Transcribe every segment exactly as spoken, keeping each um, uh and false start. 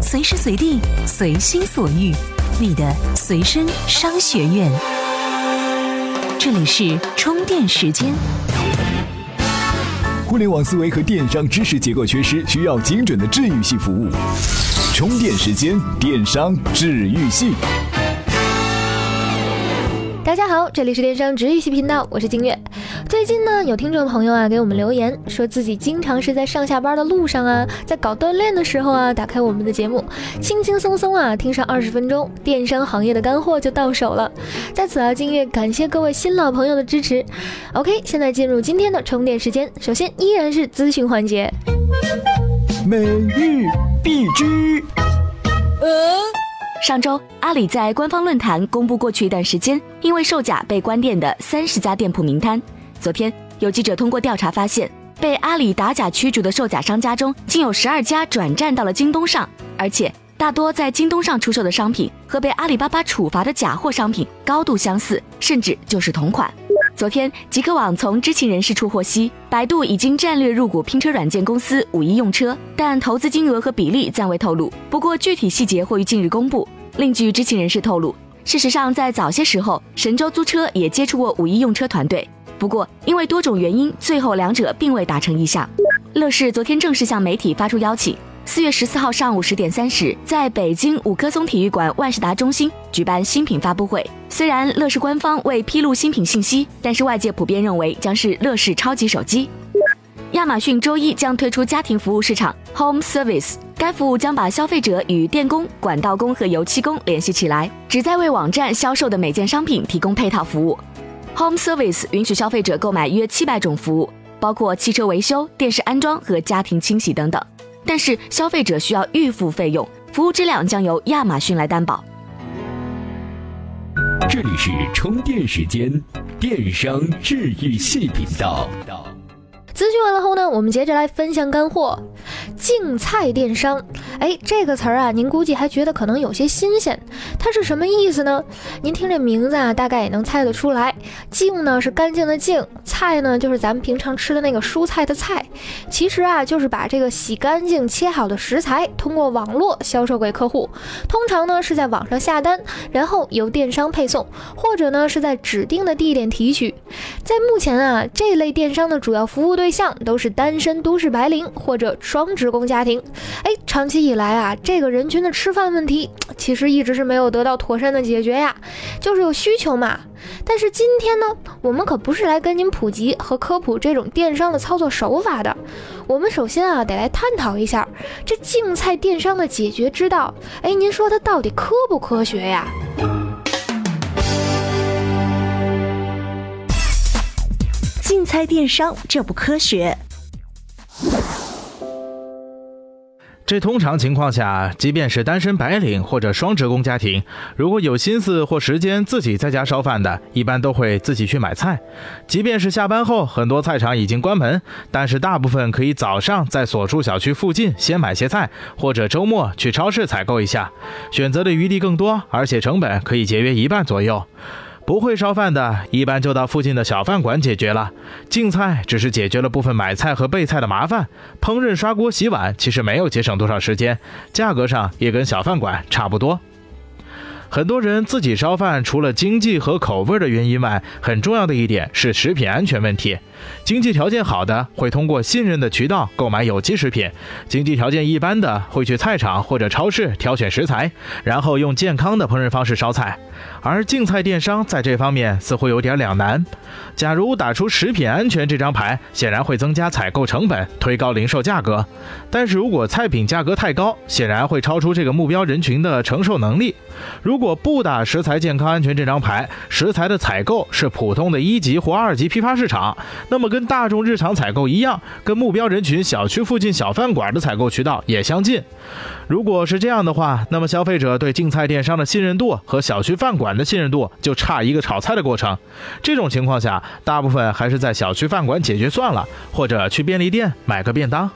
随时随地，随心所欲，你的随身商学院。这里是充电时间。 互联网思维和电商知识结构缺失，需要精准的治愈系服务。充电时间，电商治愈系。 大家好，这里是电商治愈系频道，我是金月。最近呢，有听众朋友啊给我们留言，说自己经常是在上下班的路上啊，在搞锻炼的时候啊，打开我们的节目，轻轻松松啊听上二十分钟，电商行业的干货就到手了。在此啊，金月感谢各位新老朋友的支持。OK， 现在进入今天的充电时间，首先依然是咨询环节。 每日必知。 呃上周，阿里在官方论坛公布过去一段时间因为售假被关店的三十家店铺名单。昨天，有记者通过调查发现，被阿里打假驱逐的售假商家中，竟有十二家转战到了京东上，而且大多在京东上出售的商品和被阿里巴巴处罚的假货商品高度相似，甚至就是同款。昨天，极客网从知情人士处获悉，百度已经战略入股拼车软件公司五一用车，但投资金额和比例暂未透露，不过具体细节会于近日公布。另据知情人士透露，事实上在早些时候，神州租车也接触过五一用车团队，不过因为多种原因，最后两者并未达成意向。乐视昨天正式向媒体发出邀请，四月十四号上午十点三十，在北京五棵松体育馆万事达中心举办新品发布会。虽然乐视官方未披露新品信息，但是外界普遍认为将是乐视超级手机。亚马逊周一将推出家庭服务市场 Home Service， 该服务将把消费者与电工、管道工和油漆工联系起来，旨在为网站销售的每件商品提供配套服务。Home Service 允许消费者购买约七百种服务，包括汽车维修、电视安装和家庭清洗等等，但是消费者需要预付费用，服务质量将由亚马逊来担保。 这里是充电时间，电商治愈系频道。 咨询完了后呢，我们接着来分享干货。竞菜电商，哎，这个词儿啊，您估计还觉得可能有些新鲜，它是什么意思呢？您听这名字啊，大概也能猜得出来。竞呢是干净的净，菜呢就是咱们平常吃的那个蔬菜的菜。其实啊，就是把这个洗干净切好的食材，通过网络销售给客户。通常呢是在网上下单，然后由电商配送，或者呢是在指定的地点提取。在目前啊，这类电商的主要服务对象都是单身都市白领或者双职工家庭。哎，长期以来啊，这个人群的吃饭问题其实一直是没有得到妥善的解决呀，就是有需求嘛。但是今天呢，我们可不是来跟您普及和科普这种电商的操作手法的。我们首先啊，得来探讨一下这竞菜电商的解决之道。哎，您说它到底科不科学呀？ 竞菜电商这不科学。 这通常情况下，即便是单身白领或者双职工家庭，如果有心思或时间自己在家烧饭的，一般都会自己去买菜。即便是下班后，很多菜场已经关门，但是大部分可以早上在所住小区附近先买些菜，或者周末去超市采购一下，选择的余地更多，而且成本可以节约一半左右。不会烧饭的，一般就到附近的小饭馆解决了。竞菜只是解决了部分买菜和备菜的麻烦，烹饪、刷锅、洗碗其实没有节省多少时间，价格上也跟小饭馆差不多。很多人自己烧饭，除了经济和口味的原因外，很重要的一点是食品安全问题。经济条件好的会通过信任的渠道购买有机食品，经济条件一般的会去菜场或者超市挑选食材，然后用健康的烹饪方式烧菜。而竞菜电商在这方面似乎有点两难。假如打出食品安全这张牌，显然会增加采购成本，推高零售价格。但是如果菜品价格太高，显然会超出这个目标人群的承受能力。如果不打食材健康安全这张牌，食材的采购是普通的一级或二级批发市场，那么跟大众日常采购一样，跟目标人群小区附近小饭馆的采购渠道也相近。如果是这样的话，那么消费者对竞菜电商的信任度和小区饭馆的信任度就差一个炒菜的过程。这种情况下，大部分还是在小区饭馆解决算了，或者去便利店买个便当。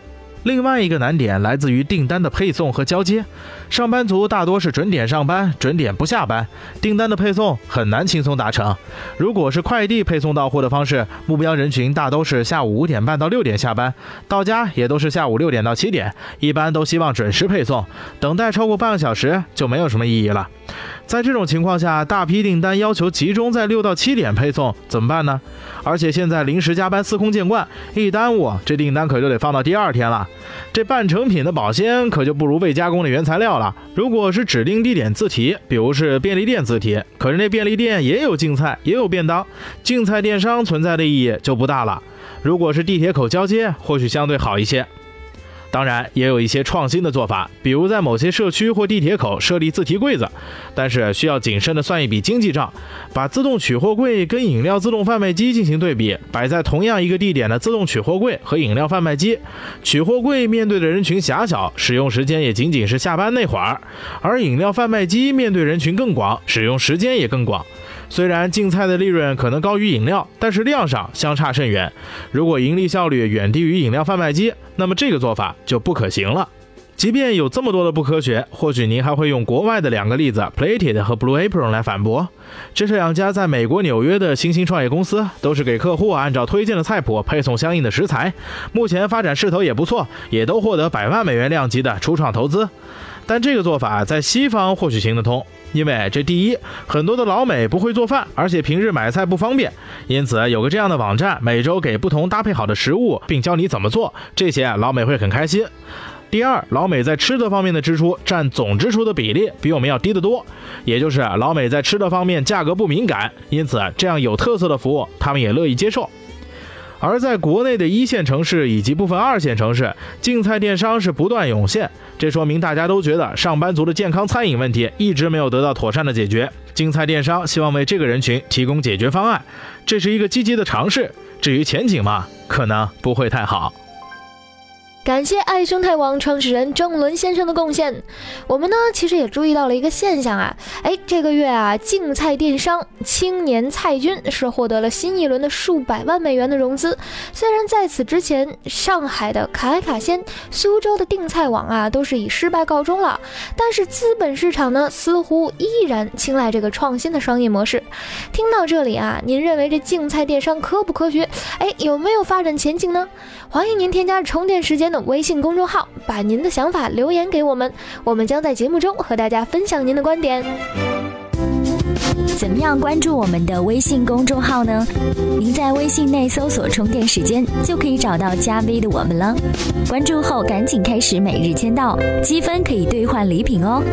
另外一个难点来自于订单的配送和交接。上班族大多是准点上班，准点不下班，订单的配送很难轻松达成。如果是快递配送到货的方式，目标人群大都是下午五点半到六点下班，到家也都是下午六点到七点，一般都希望准时配送，等待超过半个小时就没有什么意义了。在这种情况下，大批订单要求集中在六到七点配送，怎么办呢？而且现在临时加班司空见惯，一耽误这订单可就得放到第二天了。这半成品的保鲜可就不如未加工的原材料了。如果是指定地点自提，比如是便利店自提，可是那便利店也有净菜，也有便当，净菜电商存在的意义就不大了。如果是地铁口交接，或许相对好一些。当然也有一些创新的做法，比如在某些社区或地铁口设立自提柜子，但是需要谨慎地算一笔经济账，把自动取货柜跟饮料自动贩卖机进行对比，摆在同样一个地点的自动取货柜和饮料贩卖机，取货柜面对的人群狭小，使用时间也仅仅是下班那会儿，而饮料贩卖机面对人群更广，使用时间也更广。虽然净菜的利润可能高于饮料，但是量上相差甚远。如果盈利效率远低于饮料贩卖机，那么这个做法就不可行了。即便有这么多的不科学，或许您还会用国外的两个例子 Plated 和 Blue Apron 来反驳。这是两家在美国纽约的新兴创业公司，都是给客户按照推荐的菜谱配送相应的食材，目前发展势头也不错，也都获得百万美元量级的初创投资。但这个做法在西方或许行得通，因为这第一，很多的老美不会做饭，而且平日买菜不方便，因此有个这样的网站，每周给不同搭配好的食物，并教你怎么做，这些老美会很开心。第二，老美在吃的方面的支出占总支出的比例比我们要低得多，也就是老美在吃的方面价格不敏感，因此这样有特色的服务他们也乐意接受。而在国内的一线城市以及部分二线城市，净菜电商是不断涌现，这说明大家都觉得上班族的健康餐饮问题一直没有得到妥善的解决，净菜电商希望为这个人群提供解决方案，这是一个积极的尝试，至于前景嘛，可能不会太好。 感谢爱生态网创始人郑伦先生的贡献。我们呢其实也注意到了一个现象啊，哎，这个月啊，净菜电商青年菜君是获得了新一轮的数百万美元的融资。虽然在此之前，上海的凯卡鲜、苏州的订菜网啊都是以失败告终了，但是资本市场呢似乎依然青睐这个创新的商业模式。听到这里啊，您认为这净菜电商科不科学？哎，有没有发展前景呢？欢迎您添加充电时间的微信公众号，把您的想法留言给我们，我们将在节目中和大家分享您的观点。 怎么样关注我们的微信公众号呢？您在微信内搜索充电时间，就可以找到加 V 的我们了。关注后赶紧开始每日签到，积分可以兑换礼品哦。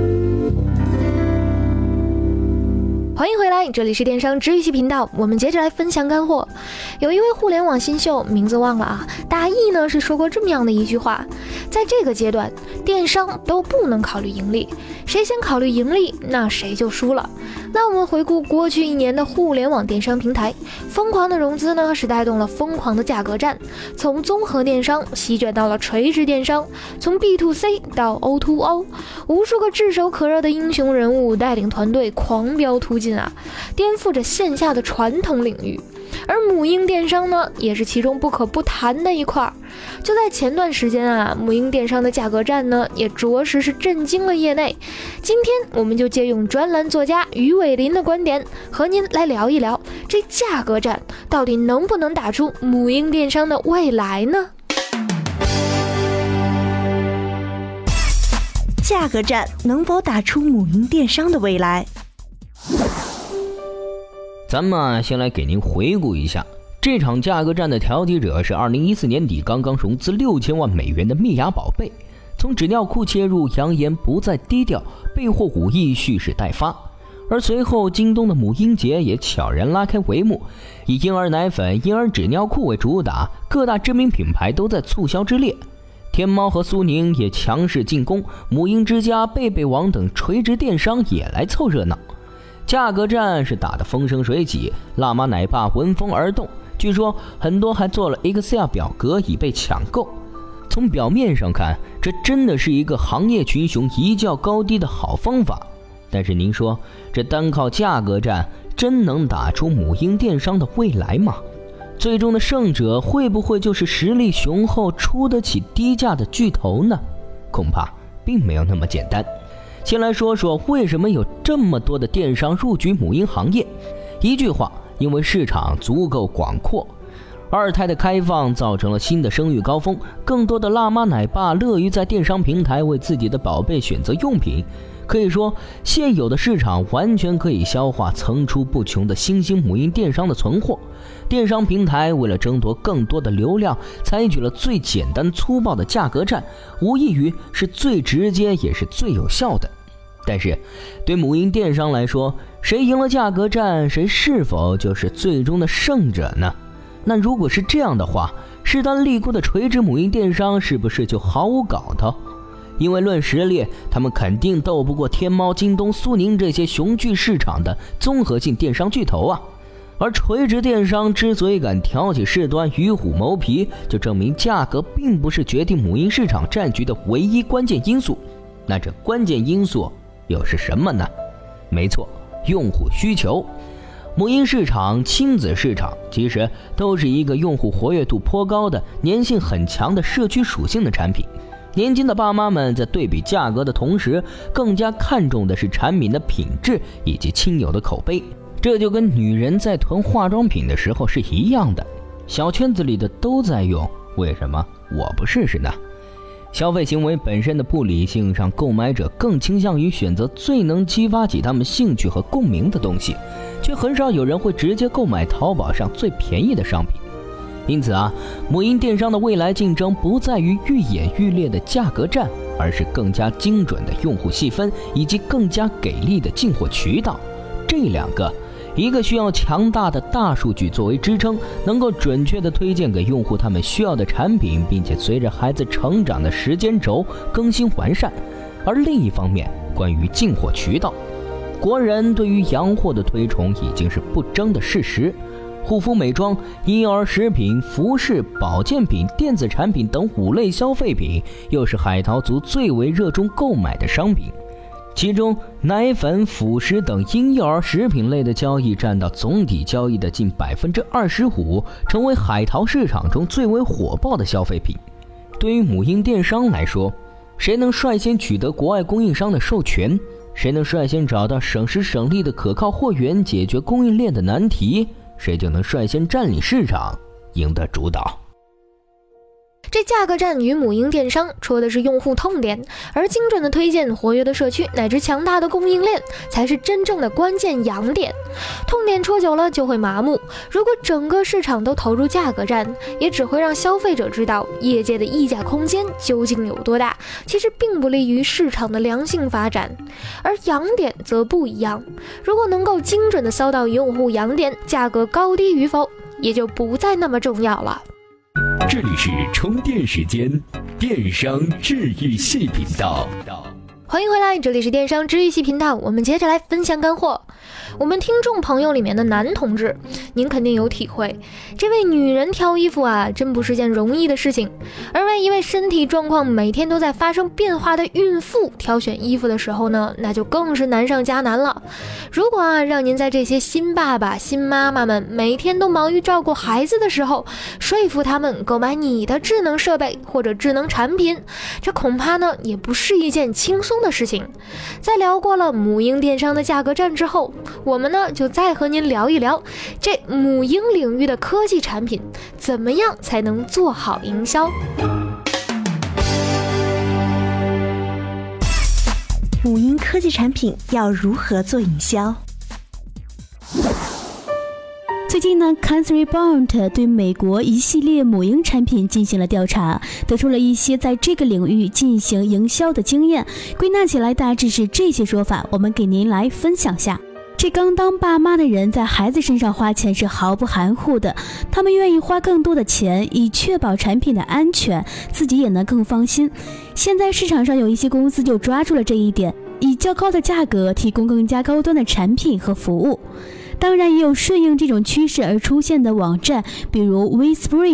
欢迎回来，这里是电商治愈系频道，我们接着来分享干货。有一位互联网新秀，名字忘了啊，大意呢是说过这么样的一句话：在这个阶段，电商都不能考虑盈利，谁先考虑盈利，那谁就输了。那我们回顾过去一年的互联网电商平台，疯狂的融资呢是带动了疯狂的价格战，从综合电商席卷到了垂直电商，从 B to C 到 O to O， 无数个炙手可热的英雄人物带领团队狂飙突进啊，颠覆着线下的传统领域。而母婴电商呢，也是其中不可不谈的一块。就在前段时间啊，母婴电商的价格战呢，也着实是震惊了业内。今天我们就借用专栏作家于伟林的观点，和您来聊一聊这价格战到底能不能打出母婴电商的未来呢？ 价格战能否打出母婴电商的未来？ 咱们先来给您回顾一下，这场价格战的调节者是二零一四年底刚刚融资六千万美元的蜜芽宝贝，从纸尿裤切入，扬言不再低调，备货五亿蓄势待发。而随后京东的母婴节也悄然拉开帷幕，以婴儿奶粉、婴儿纸尿裤为主打，各大知名品牌都在促销之列。天猫和苏宁也强势进攻，母婴之家、贝贝网等垂直电商也来凑热闹。价格战是打得风生水起，辣妈奶爸闻风而动，据说很多还做了 Excel 表格以备抢购。从表面上看，这真的是一个行业群雄一较高低的好方法，但是您说这单靠价格战真能打出母婴电商的未来吗？ 最终的胜者会不会就是实力雄厚、出得起低价的巨头呢？恐怕并没有那么简单。先来说说为什么有这么多的电商入局母婴行业。一句话，因为市场足够广阔。二胎的开放造成了新的生育高峰，更多的辣妈奶爸乐于在电商平台为自己的宝贝选择用品。可以说，现有的市场完全可以消化层出不穷的新兴母婴电商的存货。电商平台为了争夺更多的流量，采取了最简单粗暴的价格战，无异于是最直接也是最有效的。但是对母婴电商来说，谁赢了价格战，谁是否就是最终的胜者呢？那如果是这样的话，势单力孤的垂直母婴电商是不是就毫无搞头？因为论实力，他们肯定斗不过天猫、京东、苏宁这些雄踞市场的综合性电商巨头啊。而垂直电商之所以敢挑起事端、与虎谋皮，就证明价格并不是决定母婴市场战局的唯一关键因素。那这关键因素又是什么呢？没错，用户需求。母婴市场、亲子市场其实都是一个用户活跃度颇高的、粘性很强的社区属性的产品。年轻的爸妈们在对比价格的同时，更加看重的是产品的品质以及亲友的口碑。这就跟女人在囤化妆品的时候是一样的，小圈子里的都在用，为什么我不试试呢？消费行为本身的不理性，让购买者更倾向于选择最能激发起他们兴趣和共鸣的东西，却很少有人会直接购买淘宝上最便宜的商品。因此啊，母婴电商的未来竞争不在于愈演愈烈的价格战，而是更加精准的用户细分以及更加给力的进货渠道。这两个，一个需要强大的大数据作为支撑，能够准确地推荐给用户他们需要的产品，并且随着孩子成长的时间轴更新完善。而另一方面，关于进货渠道，国人对于洋货的推崇已经是不争的事实。护肤美妆、婴儿食品、服饰、保健品、电子产品等五类消费品，又是海淘族最为热衷购买的商品。其中奶粉、辅食等婴幼儿食品类的交易占到总体交易的近百分之二十五，成为海淘市场中最为火爆的消费品。对于母婴电商来说，谁能率先取得国外供应商的授权，谁能率先找到省时省力的可靠货源，解决供应链的难题，谁就能率先占领市场，赢得主导。 这价格战与母婴电商戳的是用户痛点，而精准的推荐、活跃的社区乃至强大的供应链才是真正的关键痒点。痛点戳久了就会麻木，如果整个市场都投入价格战，也只会让消费者知道业界的溢价空间究竟有多大，其实并不利于市场的良性发展。而痒点则不一样，如果能够精准的搜到用户痒点，价格高低与否也就不再那么重要了。 这里是充电时间，电商治愈系频道。 欢迎回来，这里是电商治愈系频道，我们接着来分享干货。我们听众朋友里面的男同志，您肯定有体会，这位女人挑衣服啊，真不是件容易的事情。而为一位身体状况每天都在发生变化的孕妇挑选衣服的时候呢，那就更是难上加难了。如果啊，让您在这些新爸爸、新妈妈们每天都忙于照顾孩子的时候，说服他们购买你的智能设备或者智能产品，这恐怕呢，也不是一件轻松的事情。在聊过了母婴电商的价格战之后，我们呢就再和您聊一聊这母婴领域的科技产品怎么样才能做好营销。 母婴科技产品要如何做营销？ 最近呢 Cancer Rebound 对美国一系列母婴产品进行了调查，得出了一些在这个领域进行营销的经验，归纳起来大致是这些说法，我们给您来分享下。这刚当爸妈的人在孩子身上花钱是毫不含糊的，他们愿意花更多的钱，以确保产品的安全，自己也能更放心。现在市场上有一些公司就抓住了这一点，以较高的价格提供更加高端的产品和服务。当然也有顺应这种趋势而出现的网站，比如 WeSpring，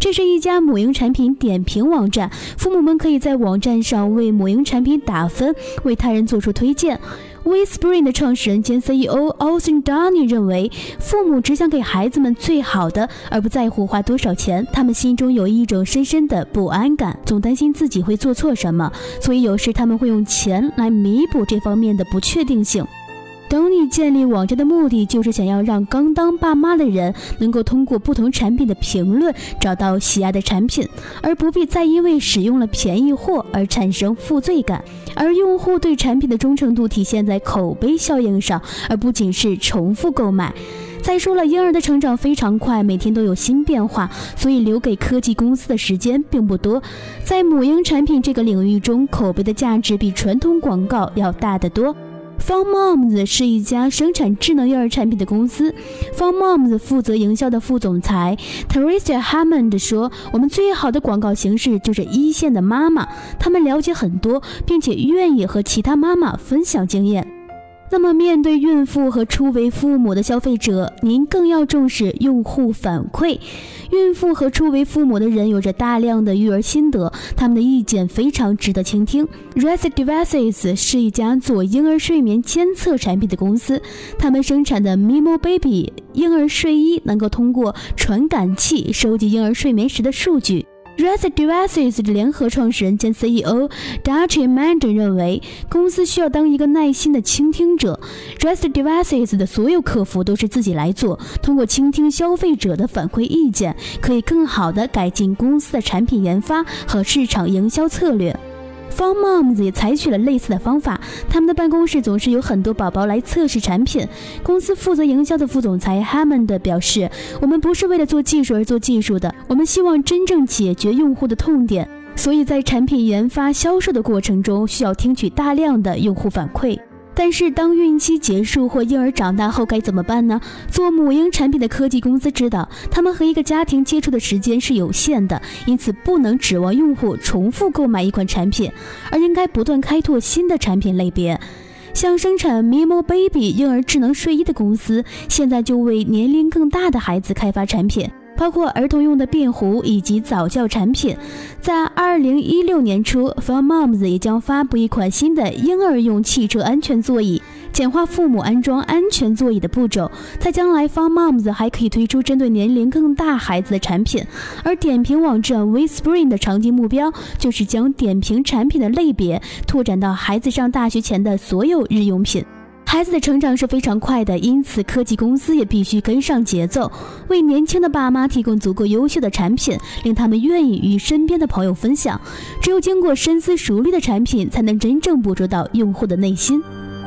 这是一家母婴产品点评网站，父母们可以在网站上为母婴产品打分，为他人做出推荐。Wayspring 的创始人兼 C E O Austin Downey 认为，父母只想给孩子们最好的，而不在乎花多少钱。他们心中有一种深深的不安感，总担心自己会做错什么，所以有时他们会用钱来弥补这方面的不确定性。Downey 建立网站的目的就是想要让刚当爸妈的人能够通过不同产品的评论找到喜爱的产品，而不必再因为使用了便宜货而产生负罪感。而用户对产品的忠诚度体现在口碑效应上，而不仅是重复购买。再说了，婴儿的成长非常快，每天都有新变化，所以留给科技公司的时间并不多。在母婴产品这个领域中，口碑的价值比传统广告要大得多。Fun Moms 是一家生产智能婴儿产品的公司。Fun Moms 负责营销的副总裁 Teresa Hammond 说，我们最好的广告形式就是一线的妈妈，她们了解很多，并且愿意和其他妈妈分享经验。那么面对孕妇和初为父母的消费者，您更要重视用户反馈。孕妇和初为父母的人有着大量的育儿心得，他们的意见非常值得倾听。Rest Devices 是一家做婴儿睡眠监测产品的公司，他们生产的 Mimo Baby 婴儿睡衣能够通过传感器收集婴儿睡眠时的数据。Rest Devices 的联合创始人兼 C E O Dachi Mandan 认为，公司需要当一个耐心的倾听者。Rest Devices 的所有客服都是自己来做，通过倾听消费者的反馈意见，可以更好地改进公司的产品研发和市场营销策略。Fun Moms 也采取了类似的方法，他们的办公室总是有很多宝宝来测试产品。公司负责营销的副总裁 Hammond 表示，我们不是为了做技术而做技术的，我们希望真正解决用户的痛点，所以在产品研发销售的过程中需要听取大量的用户反馈。但是当孕期结束或婴儿长大后该怎么办呢？做母婴产品的科技公司知道，他们和一个家庭接触的时间是有限的，因此不能指望用户重复购买一款产品，而应该不断开拓新的产品类别。像生产 Mimo Baby 婴儿智能睡衣的公司，现在就为年龄更大的孩子开发产品，包括儿童用的便壶以及早教产品。在二零一六年初 Fun Moms 也将发布一款新的婴儿用汽车安全座椅，简化父母安装安全座椅的步骤。在将来 Fun Moms 还可以推出针对年龄更大孩子的产品。而点评网站 Wayspring 的长期目标就是将点评产品的类别拓展到孩子上大学前的所有日用品。孩子的成长是非常快的，因此科技公司也必须跟上节奏，为年轻的爸妈提供足够优秀的产品，令他们愿意与身边的朋友分享。只有经过深思熟虑的产品，才能真正捕捉到用户的内心。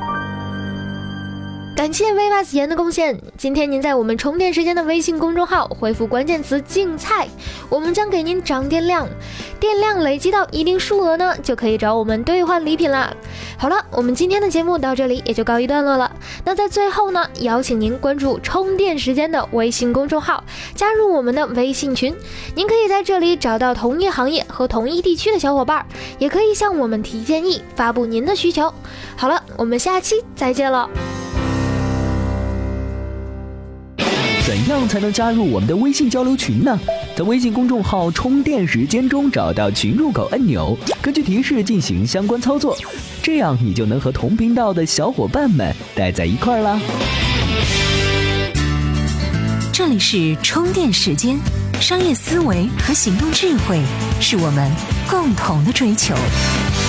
感谢 Vivas 言的贡献。今天您在我们充电时间的微信公众号回复关键词竞菜，我们将给您涨电量，电量累积到一定数额呢，就可以找我们兑换礼品啦。好了，我们今天的节目到这里也就告一段落了。那在最后呢，邀请您关注充电时间的微信公众号，加入我们的微信群，您可以在这里找到同一行业和同一地区的小伙伴，也可以向我们提建议，发布您的需求。好了，我们下期再见了。 怎样才能加入我们的微信交流群呢？在微信公众号充电时间中找到群入口按钮，根据提示进行相关操作，这样你就能和同频道的小伙伴们待在一块儿啦。 这里是充电时间，商业思维和行动智慧是我们共同的追求。